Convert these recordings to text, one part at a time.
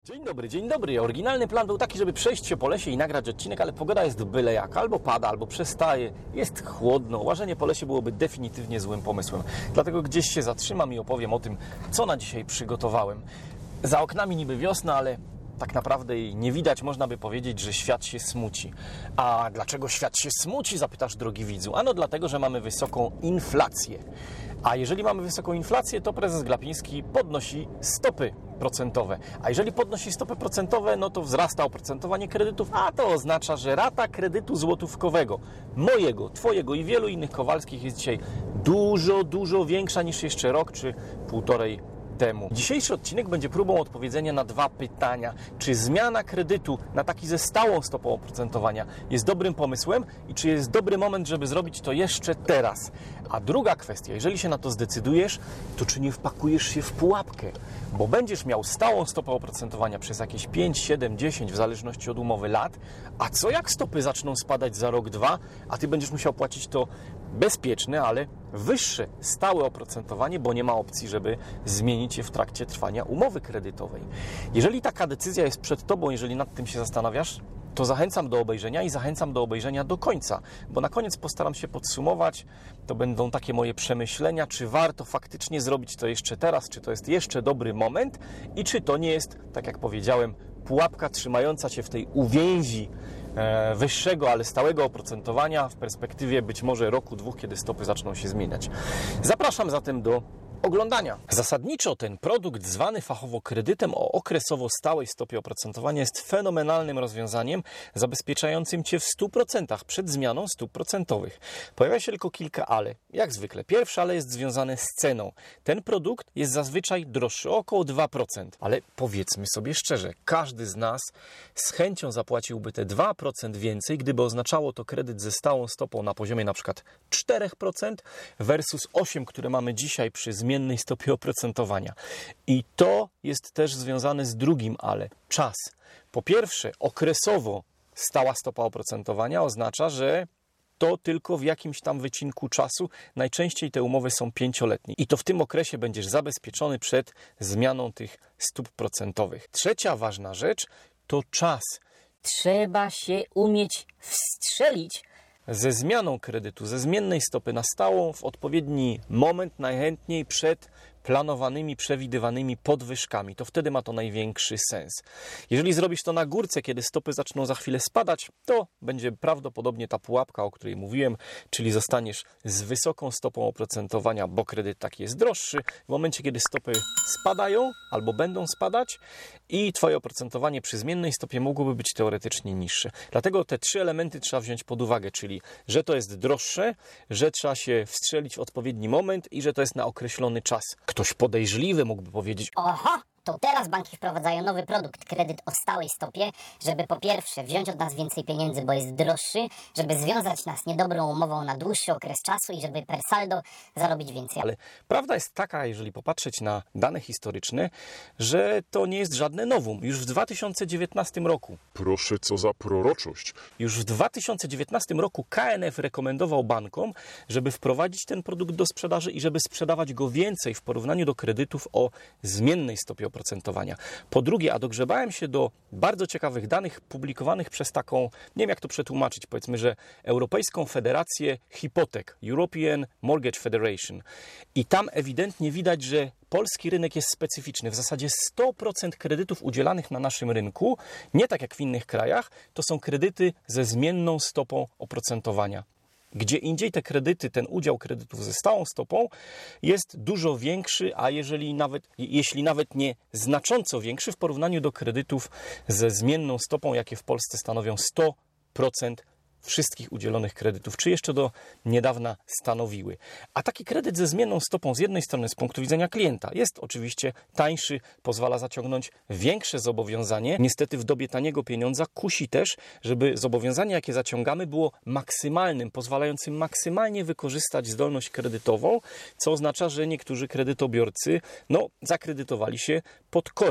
Dzień dobry, dzień dobry. Oryginalny plan był taki, żeby przejść się po lesie i nagrać odcinek, ale pogoda jest byle jak. Albo pada, albo przestaje. Jest chłodno. Łażenie po lesie byłoby definitywnie złym pomysłem. Dlatego gdzieś się zatrzymam i opowiem o tym, co na dzisiaj przygotowałem. Za oknami niby wiosna, ale tak naprawdę jej nie widać. Można by powiedzieć, że świat się smuci. A dlaczego świat się smuci, zapytasz, drogi widzu? Ano dlatego, że mamy wysoką inflację. A jeżeli mamy wysoką inflację, to prezes Glapiński podnosi stopy procentowe. A jeżeli podnosi stopy procentowe, no to wzrasta oprocentowanie kredytów, a to oznacza, że rata kredytu złotówkowego, mojego, twojego i wielu innych Kowalskich jest dzisiaj dużo większa niż jeszcze rok czy półtorej temu. Dzisiejszy odcinek będzie próbą odpowiedzenia na dwa pytania. Czy zmiana kredytu na taki ze stałą stopą oprocentowania jest dobrym pomysłem i czy jest dobry moment, żeby zrobić to jeszcze teraz? A druga kwestia, jeżeli się na to zdecydujesz, to czy nie wpakujesz się w pułapkę? Bo będziesz miał stałą stopę oprocentowania przez jakieś 5, 7, 10, w zależności od umowy lat, a co jak stopy zaczną spadać za rok, dwa, a ty będziesz musiał płacić to bezpieczne, ale wyższe, stałe oprocentowanie, bo nie ma opcji, żeby zmienić je w trakcie trwania umowy kredytowej. Jeżeli taka decyzja jest przed tobą, jeżeli nad tym się zastanawiasz, to zachęcam do obejrzenia i zachęcam do obejrzenia do końca, bo na koniec postaram się podsumować, to będą takie moje przemyślenia, czy warto faktycznie zrobić to jeszcze teraz, czy to jest jeszcze dobry moment i czy to nie jest, tak jak powiedziałem, pułapka trzymająca cię w tej uwięzi wyższego, ale stałego oprocentowania w perspektywie być może roku, dwóch, kiedy stopy zaczną się zmieniać. Zapraszam zatem do oglądania. Zasadniczo ten produkt zwany fachowo kredytem o okresowo stałej stopie oprocentowania jest fenomenalnym rozwiązaniem zabezpieczającym Cię w 100% przed zmianą stóp procentowych. Pojawia się tylko kilka ale. Jak zwykle. Pierwsze ale jest związane z ceną. Ten produkt jest zazwyczaj droższy o około 2%. Ale powiedzmy sobie szczerze, każdy z nas z chęcią zapłaciłby te 2% więcej, gdyby oznaczało to kredyt ze stałą stopą na poziomie na przykład 4% versus 8%, które mamy dzisiaj przy zmiennej stopie oprocentowania. I to jest też związane z drugim ale. Czas. Po pierwsze, okresowo stała stopa oprocentowania oznacza, że to tylko w jakimś tam wycinku czasu. Najczęściej te umowy są 5-letnie. I to w tym okresie będziesz zabezpieczony przed zmianą tych stóp procentowych. Trzecia ważna rzecz to czas. Trzeba się umieć wstrzelić Ze zmianą kredytu, ze zmiennej stopy na stałą w odpowiedni moment, najchętniej przed planowanymi, przewidywanymi podwyżkami. To wtedy ma to największy sens. Jeżeli zrobisz to na górce, kiedy stopy zaczną za chwilę spadać, to będzie prawdopodobnie ta pułapka, o której mówiłem, czyli zostaniesz z wysoką stopą oprocentowania, bo kredyt taki jest droższy. W momencie, kiedy stopy spadają albo będą spadać i Twoje oprocentowanie przy zmiennej stopie mogłoby być teoretycznie niższe. Dlatego te trzy elementy trzeba wziąć pod uwagę, czyli że to jest droższe, że trzeba się wstrzelić w odpowiedni moment i że to jest na określony czas. Ktoś podejrzliwy mógłby powiedzieć: Oho, to teraz banki wprowadzają nowy produkt, kredyt o stałej stopie, żeby po pierwsze wziąć od nas więcej pieniędzy, bo jest droższy, żeby związać nas niedobrą umową na dłuższy okres czasu i żeby per saldo zarobić więcej. Ale prawda jest taka, jeżeli popatrzeć na dane historyczne, że to nie jest żadne nowum. Już w 2019 roku, Proszę, co za proroczość. już w 2019 roku KNF rekomendował bankom, żeby wprowadzić ten produkt do sprzedaży i żeby sprzedawać go więcej w porównaniu do kredytów o zmiennej stopie oprocentowania. Po drugie, a dogrzebałem się do bardzo ciekawych danych publikowanych przez taką, nie wiem jak to przetłumaczyć, powiedzmy, że Europejską Federację Hipotek, European Mortgage Federation. I tam ewidentnie widać, że polski rynek jest specyficzny. W zasadzie 100% kredytów udzielanych na naszym rynku, nie tak jak w innych krajach, to są kredyty ze zmienną stopą oprocentowania. Gdzie indziej te kredyty, ten udział kredytów ze stałą stopą jest dużo większy, a jeśli nawet nie znacząco większy w porównaniu do kredytów ze zmienną stopą, jakie w Polsce stanowią 100% wszystkich udzielonych kredytów, czy jeszcze do niedawna stanowiły. A taki kredyt ze zmienną stopą z jednej strony z punktu widzenia klienta jest oczywiście tańszy, pozwala zaciągnąć większe zobowiązanie. Niestety w dobie taniego pieniądza kusi też, żeby zobowiązanie, jakie zaciągamy, było maksymalnym, pozwalającym maksymalnie wykorzystać zdolność kredytową, co oznacza, że niektórzy kredytobiorcy zakredytowali się pod korek.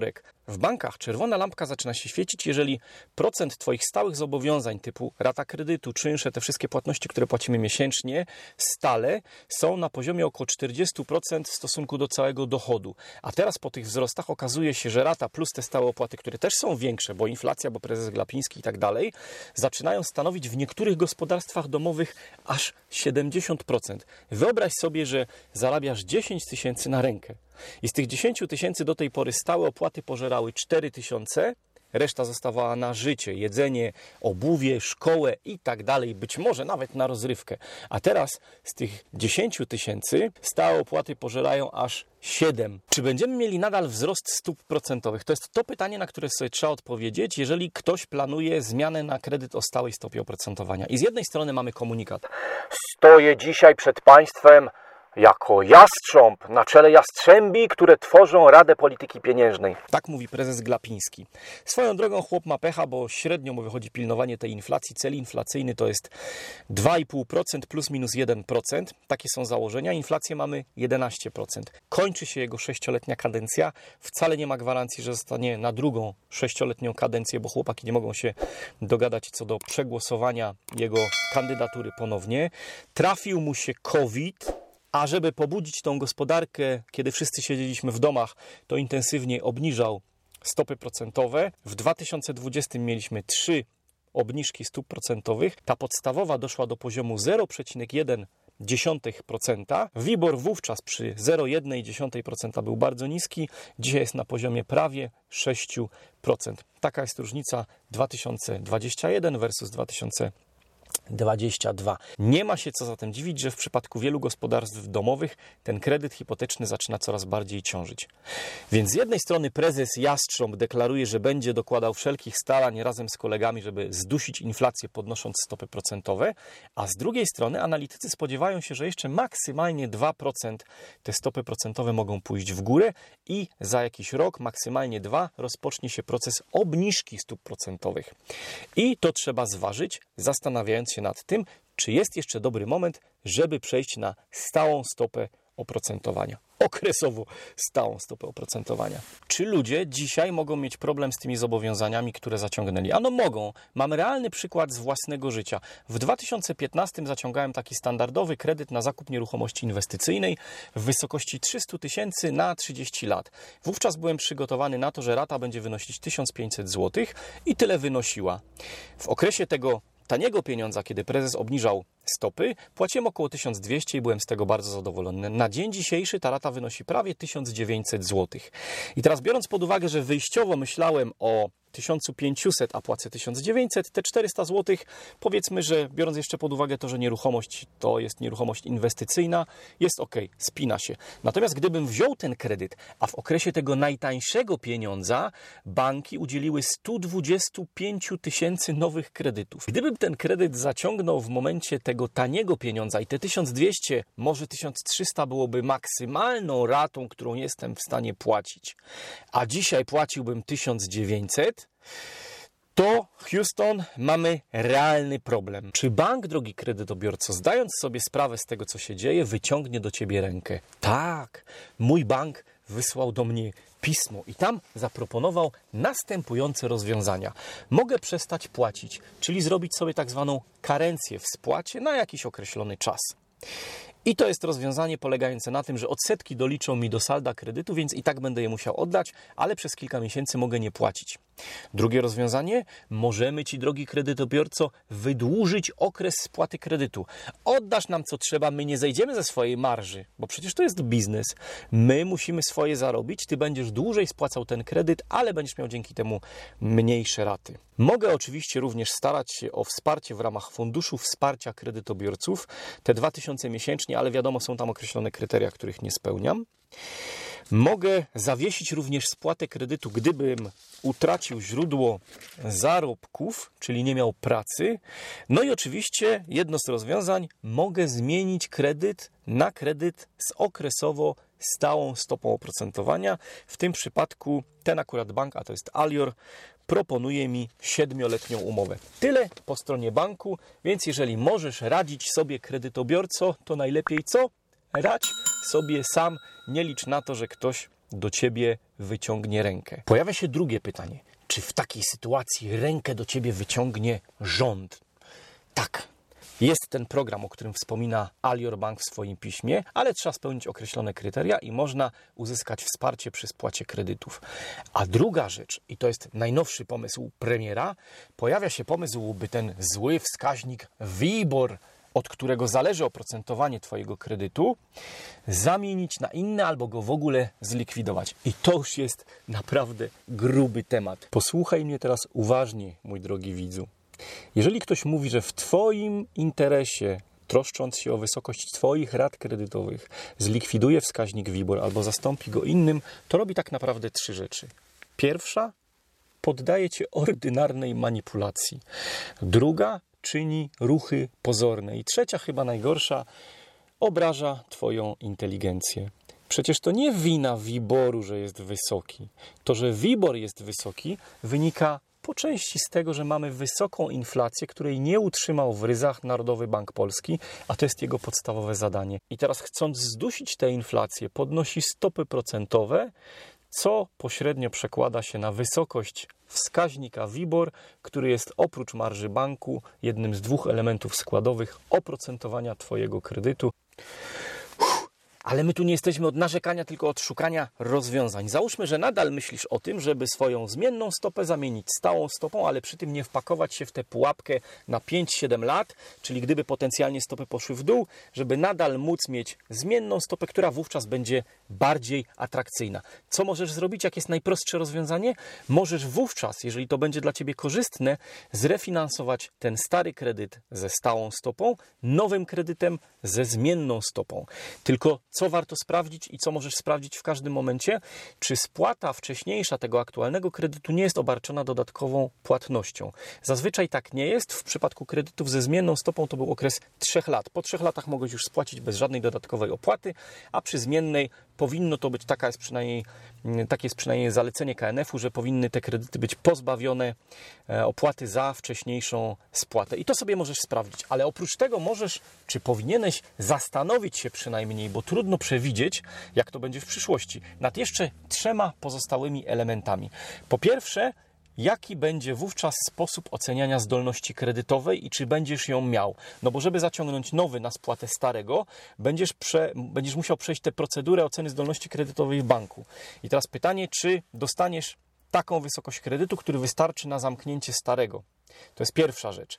W bankach czerwona lampka zaczyna się świecić, jeżeli procent Twoich stałych zobowiązań typu rata kredytu, czynsze, te wszystkie płatności, które płacimy miesięcznie, stale są na poziomie około 40% w stosunku do całego dochodu. A teraz po tych wzrostach okazuje się, że rata plus te stałe opłaty, które też są większe, bo inflacja, bo prezes Glapiński i tak dalej, zaczynają stanowić w niektórych gospodarstwach domowych aż 70%. Wyobraź sobie, że zarabiasz 10 tysięcy na rękę. I z tych 10 tysięcy do tej pory stałe opłaty pożerały 4 tysiące, reszta zostawała na życie, jedzenie, obuwie, szkołę i tak dalej, być może nawet na rozrywkę. A teraz z tych 10 tysięcy stałe opłaty pożerają aż 7. Czy będziemy mieli nadal wzrost stóp procentowych? To jest to pytanie, na które sobie trzeba odpowiedzieć, jeżeli ktoś planuje zmianę na kredyt o stałej stopie oprocentowania. I z jednej strony mamy komunikat. Stoję dzisiaj przed Państwem jako jastrząb na czele jastrzębi, które tworzą Radę Polityki Pieniężnej. Tak mówi prezes Glapiński. Swoją drogą chłop ma pecha, bo średnio mu wychodzi pilnowanie tej inflacji. Cel inflacyjny to jest 2,5% plus minus 1%. Takie są założenia. Inflację mamy 11%. Kończy się jego 6-letnia kadencja. Wcale nie ma gwarancji, że zostanie na drugą 6-letnią kadencję, bo chłopaki nie mogą się dogadać co do przegłosowania jego kandydatury ponownie. Trafił mu się COVID. A żeby pobudzić tą gospodarkę, kiedy wszyscy siedzieliśmy w domach, to intensywnie obniżał stopy procentowe. W 2020 mieliśmy 3 obniżki stóp procentowych. Ta podstawowa doszła do poziomu 0,1%. WIBOR wówczas przy 0,1% był bardzo niski. Dzisiaj jest na poziomie prawie 6%. Taka jest różnica 2021 versus 2022. Nie ma się co zatem dziwić, że w przypadku wielu gospodarstw domowych ten kredyt hipoteczny zaczyna coraz bardziej ciążyć. Więc z jednej strony prezes Jastrząb deklaruje, że będzie dokładał wszelkich starań razem z kolegami, żeby zdusić inflację, podnosząc stopy procentowe, a z drugiej strony analitycy spodziewają się, że jeszcze maksymalnie 2% te stopy procentowe mogą pójść w górę i za jakiś rok, maksymalnie 2, rozpocznie się proces obniżki stóp procentowych. I to trzeba zważyć, zastanawiając się nad tym, czy jest jeszcze dobry moment, żeby przejść na stałą stopę oprocentowania. Okresowo stałą stopę oprocentowania. Czy ludzie dzisiaj mogą mieć problem z tymi zobowiązaniami, które zaciągnęli? Ano mogą. Mam realny przykład z własnego życia. W 2015 zaciągałem taki standardowy kredyt na zakup nieruchomości inwestycyjnej w wysokości 300 tysięcy na 30 lat. Wówczas byłem przygotowany na to, że rata będzie wynosić 1500 zł i tyle wynosiła. W okresie tego taniego pieniądza, kiedy prezes obniżał stopy, płaciłem około 1200 i byłem z tego bardzo zadowolony. Na dzień dzisiejszy ta rata wynosi prawie 1900 zł. I teraz biorąc pod uwagę, że wyjściowo myślałem o 1500, a płacę 1900, te 400 zł, powiedzmy, że biorąc jeszcze pod uwagę to, że nieruchomość to jest nieruchomość inwestycyjna, jest ok, spina się. Natomiast gdybym wziął ten kredyt, a w okresie tego najtańszego pieniądza banki udzieliły 125 tysięcy nowych kredytów. Gdybym ten kredyt zaciągnął w momencie tego taniego pieniądza i te 1200, może 1300 byłoby maksymalną ratą, którą jestem w stanie płacić, a dzisiaj płaciłbym 1900, to Houston, mamy realny problem. Czy bank, drogi kredytobiorco, zdając sobie sprawę z tego, co się dzieje, wyciągnie do ciebie rękę? Tak, mój bank wysłał do mnie pismo i tam zaproponował następujące rozwiązania. Mogę przestać płacić, czyli zrobić sobie tak zwaną karencję w spłacie na jakiś określony czas. I to jest rozwiązanie polegające na tym, że odsetki doliczą mi do salda kredytu, więc i tak będę je musiał oddać, ale przez kilka miesięcy mogę nie płacić. Drugie rozwiązanie, możemy Ci, drogi kredytobiorco, wydłużyć okres spłaty kredytu. Oddasz nam co trzeba, my nie zejdziemy ze swojej marży, bo przecież to jest biznes. My musimy swoje zarobić, Ty będziesz dłużej spłacał ten kredyt, ale będziesz miał dzięki temu mniejsze raty. Mogę oczywiście również starać się o wsparcie w ramach funduszu wsparcia kredytobiorców, te 2000 miesięcznie, ale wiadomo, są tam określone kryteria, których nie spełniam. Mogę zawiesić również spłatę kredytu, gdybym utracił źródło zarobków, czyli nie miał pracy. No i oczywiście jedno z rozwiązań, mogę zmienić kredyt na kredyt z okresowo stałą stopą oprocentowania. W tym przypadku ten akurat bank, a to jest Alior, proponuje mi 7-letnią umowę. Tyle po stronie banku, więc jeżeli możesz radzić sobie kredytobiorco, to najlepiej co? Radź sobie sam, nie licz na to, że ktoś do ciebie wyciągnie rękę. Pojawia się drugie pytanie. Czy w takiej sytuacji rękę do ciebie wyciągnie rząd? Tak. Jest ten program, o którym wspomina Alior Bank w swoim piśmie, ale trzeba spełnić określone kryteria i można uzyskać wsparcie przy spłacie kredytów. A druga rzecz, i to jest najnowszy pomysł premiera, pojawia się pomysł, by ten zły wskaźnik WIBOR, od którego zależy oprocentowanie twojego kredytu, zamienić na inny albo go w ogóle zlikwidować. I to już jest naprawdę gruby temat. Posłuchaj mnie teraz uważnie, mój drogi widzu. Jeżeli ktoś mówi, że w twoim interesie, troszcząc się o wysokość twoich rat kredytowych, zlikwiduje wskaźnik WIBOR albo zastąpi go innym, to robi tak naprawdę 3 rzeczy. Pierwsza, poddaje cię ordynarnej manipulacji. Druga, czyni ruchy pozorne. I trzecia, chyba najgorsza, obraża twoją inteligencję. Przecież to nie wina WIBOR-u, że jest wysoki. To, że WIBOR jest wysoki, wynika po części z tego, że mamy wysoką inflację, której nie utrzymał w ryzach Narodowy Bank Polski, a to jest jego podstawowe zadanie. I teraz, chcąc zdusić tę inflację, podnosi stopy procentowe, co pośrednio przekłada się na wysokość wskaźnika WIBOR, który jest oprócz marży banku jednym z 2 elementów składowych oprocentowania twojego kredytu. Ale my tu nie jesteśmy od narzekania, tylko od szukania rozwiązań. Załóżmy, że nadal myślisz o tym, żeby swoją zmienną stopę zamienić stałą stopą, ale przy tym nie wpakować się w tę pułapkę na 5-7 lat, czyli gdyby potencjalnie stopy poszły w dół, żeby nadal móc mieć zmienną stopę, która wówczas będzie bardziej atrakcyjna. Co możesz zrobić? Jakie jest najprostsze rozwiązanie? Możesz wówczas, jeżeli to będzie dla ciebie korzystne, zrefinansować ten stary kredyt ze stałą stopą, nowym kredytem ze zmienną stopą. Tylko co warto sprawdzić i co możesz sprawdzić w każdym momencie? Czy spłata wcześniejsza tego aktualnego kredytu nie jest obarczona dodatkową płatnością? Zazwyczaj tak nie jest. W przypadku kredytów ze zmienną stopą to był okres 3 lat. Po 3 latach mogłeś już spłacić bez żadnej dodatkowej opłaty, a przy zmiennej powinno to być, takie jest przynajmniej zalecenie KNF-u, że powinny te kredyty być pozbawione opłaty za wcześniejszą spłatę. I to sobie możesz sprawdzić. Ale oprócz tego możesz, czy powinieneś zastanowić się przynajmniej, bo trudno przewidzieć, jak to będzie w przyszłości, nad jeszcze 3 pozostałymi elementami. Po pierwsze, jaki będzie wówczas sposób oceniania zdolności kredytowej i czy będziesz ją miał. No bo żeby zaciągnąć nowy na spłatę starego, będziesz musiał przejść tę procedurę oceny zdolności kredytowej w banku. I teraz pytanie, czy dostaniesz taką wysokość kredytu, który wystarczy na zamknięcie starego. To jest pierwsza rzecz.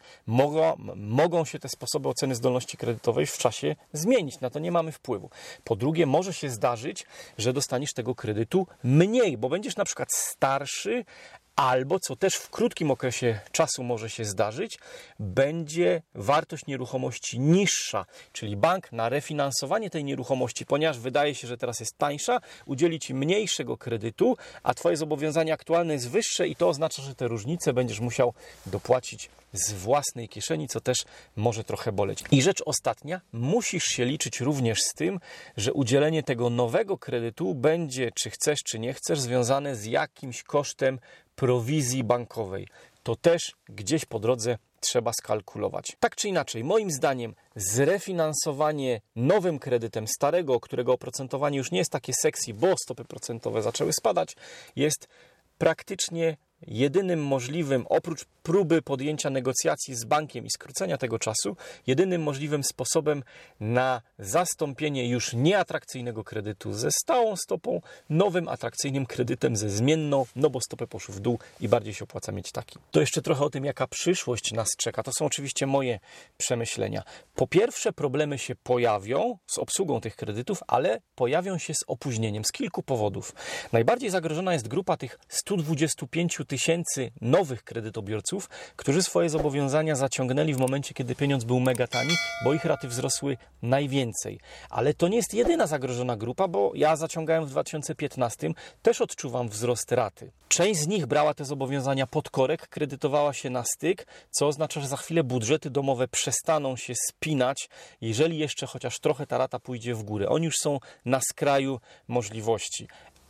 Mogą się te sposoby oceny zdolności kredytowej w czasie zmienić. Na to nie mamy wpływu. Po drugie, może się zdarzyć, że dostaniesz tego kredytu mniej, bo będziesz na przykład starszy, albo, co też w krótkim okresie czasu może się zdarzyć, będzie wartość nieruchomości niższa. Czyli bank na refinansowanie tej nieruchomości, ponieważ wydaje się, że teraz jest tańsza, udzieli ci mniejszego kredytu, a twoje zobowiązanie aktualne jest wyższe i to oznacza, że te różnice będziesz musiał dopłacić z własnej kieszeni, co też może trochę boleć. I rzecz ostatnia, musisz się liczyć również z tym, że udzielenie tego nowego kredytu będzie, czy chcesz, czy nie chcesz, związane z jakimś kosztem prowizji bankowej. To też gdzieś po drodze trzeba skalkulować. Tak czy inaczej, moim zdaniem zrefinansowanie nowym kredytem starego, którego oprocentowanie już nie jest takie sexy, bo stopy procentowe zaczęły spadać, jest praktycznie jedynym możliwym, oprócz próby podjęcia negocjacji z bankiem i skrócenia tego czasu, jedynym możliwym sposobem na zastąpienie już nieatrakcyjnego kredytu ze stałą stopą, nowym atrakcyjnym kredytem ze zmienną, no bo stopy poszły w dół i bardziej się opłaca mieć taki. To jeszcze trochę o tym, jaka przyszłość nas czeka. To są oczywiście moje przemyślenia. Po pierwsze, problemy się pojawią z obsługą tych kredytów, ale pojawią się z opóźnieniem, z kilku powodów. Najbardziej zagrożona jest grupa tych 125 tysięcy nowych kredytobiorców, którzy swoje zobowiązania zaciągnęli w momencie, kiedy pieniądz był mega tani, bo ich raty wzrosły najwięcej. Ale to nie jest jedyna zagrożona grupa, bo ja zaciągałem w 2015, też odczuwam wzrost raty. Część z nich brała te zobowiązania pod korek, kredytowała się na styk, co oznacza, że za chwilę budżety domowe przestaną się spinać, jeżeli jeszcze chociaż trochę ta rata pójdzie w górę. Oni już są na skraju możliwości.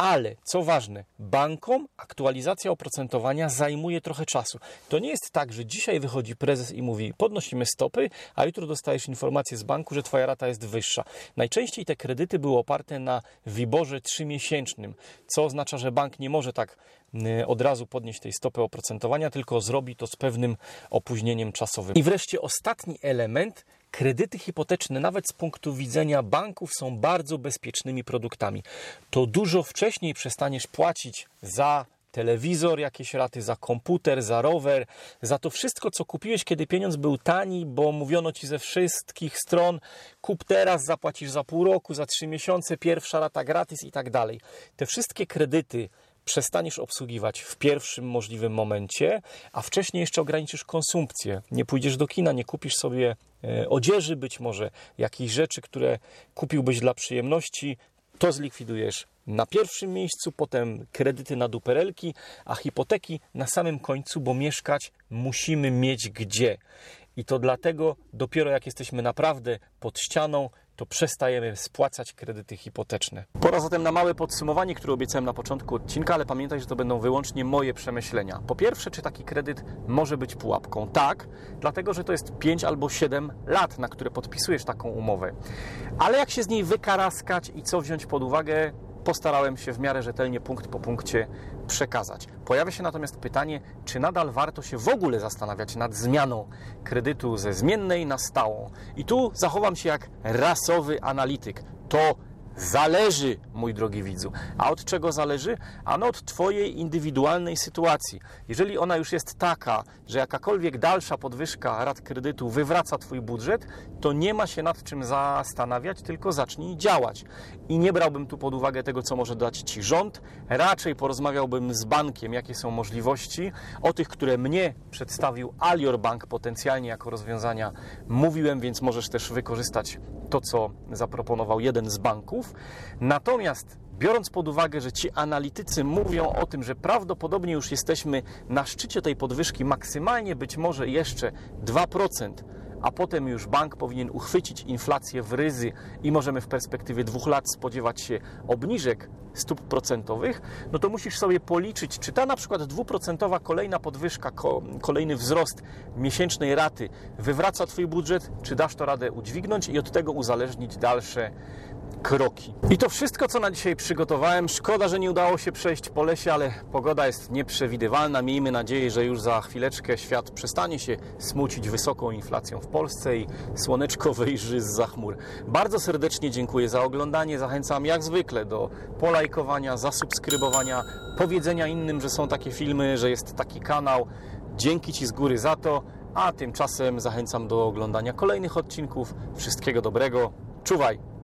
Ale, co ważne, bankom aktualizacja oprocentowania zajmuje trochę czasu. To nie jest tak, że dzisiaj wychodzi prezes i mówi: podnosimy stopy, a jutro dostajesz informację z banku, że twoja rata jest wyższa. Najczęściej te kredyty były oparte na WIBOR-ze 3-miesięcznym, co oznacza, że bank nie może tak od razu podnieść tej stopy oprocentowania, tylko zrobi to z pewnym opóźnieniem czasowym. I wreszcie ostatni element. Kredyty hipoteczne, nawet z punktu widzenia banków, są bardzo bezpiecznymi produktami. To dużo wcześniej przestaniesz płacić za telewizor, jakieś raty, za komputer, za rower, za to wszystko, co kupiłeś, kiedy pieniądz był tani, bo mówiono ci ze wszystkich stron: kup teraz, zapłacisz za pół roku, za 3 miesiące, pierwsza rata gratis i tak dalej. Te wszystkie kredyty przestaniesz obsługiwać w pierwszym możliwym momencie, a wcześniej jeszcze ograniczysz konsumpcję. Nie pójdziesz do kina, nie kupisz sobie odzieży, być może jakichś rzeczy, które kupiłbyś dla przyjemności, to zlikwidujesz na pierwszym miejscu, potem kredyty na duperelki, a hipoteki na samym końcu, bo mieszkać musimy mieć gdzie. I to dlatego dopiero jak jesteśmy naprawdę pod ścianą, to przestajemy spłacać kredyty hipoteczne. Pora zatem na małe podsumowanie, które obiecałem na początku odcinka, ale pamiętaj, że to będą wyłącznie moje przemyślenia. Po pierwsze, czy taki kredyt może być pułapką? Tak, dlatego że to jest 5 albo 7 lat, na które podpisujesz taką umowę. Ale jak się z niej wykaraskać i co wziąć pod uwagę, postarałem się w miarę rzetelnie, punkt po punkcie przekazać. Pojawia się natomiast pytanie, czy nadal warto się w ogóle zastanawiać nad zmianą kredytu ze zmiennej na stałą. I tu zachowam się jak rasowy analityk. To zależy, mój drogi widzu. A od czego zależy? Ano od twojej indywidualnej sytuacji. Jeżeli ona już jest taka, że jakakolwiek dalsza podwyżka rat kredytu wywraca twój budżet, to nie ma się nad czym zastanawiać, tylko zacznij działać. I nie brałbym tu pod uwagę tego, co może dać ci rząd. Raczej porozmawiałbym z bankiem, jakie są możliwości. O tych, które mnie przedstawił Alior Bank potencjalnie jako rozwiązania, mówiłem, więc możesz też wykorzystać to, co zaproponował jeden z banków. Natomiast biorąc pod uwagę, że ci analitycy mówią o tym, że prawdopodobnie już jesteśmy na szczycie tej podwyżki, maksymalnie być może jeszcze 2%, a potem już bank powinien uchwycić inflację w ryzy i możemy w perspektywie 2 lat spodziewać się obniżek stóp procentowych, no to musisz sobie policzyć, czy ta na przykład 2% kolejna podwyżka, kolejny wzrost miesięcznej raty wywraca twój budżet, czy dasz to radę udźwignąć i od tego uzależnić dalsze kroki. I to wszystko, co na dzisiaj przygotowałem. Szkoda, że nie udało się przejść po lesie, ale pogoda jest nieprzewidywalna. Miejmy nadzieję, że już za chwileczkę świat przestanie się smucić wysoką inflacją w Polsce i słoneczko wyjrzy zza chmur. Bardzo serdecznie dziękuję za oglądanie. Zachęcam jak zwykle do polajkowania, zasubskrybowania, powiedzenia innym, że są takie filmy, że jest taki kanał. Dzięki Ci z góry za to, a tymczasem zachęcam do oglądania kolejnych odcinków. Wszystkiego dobrego. Czuwaj!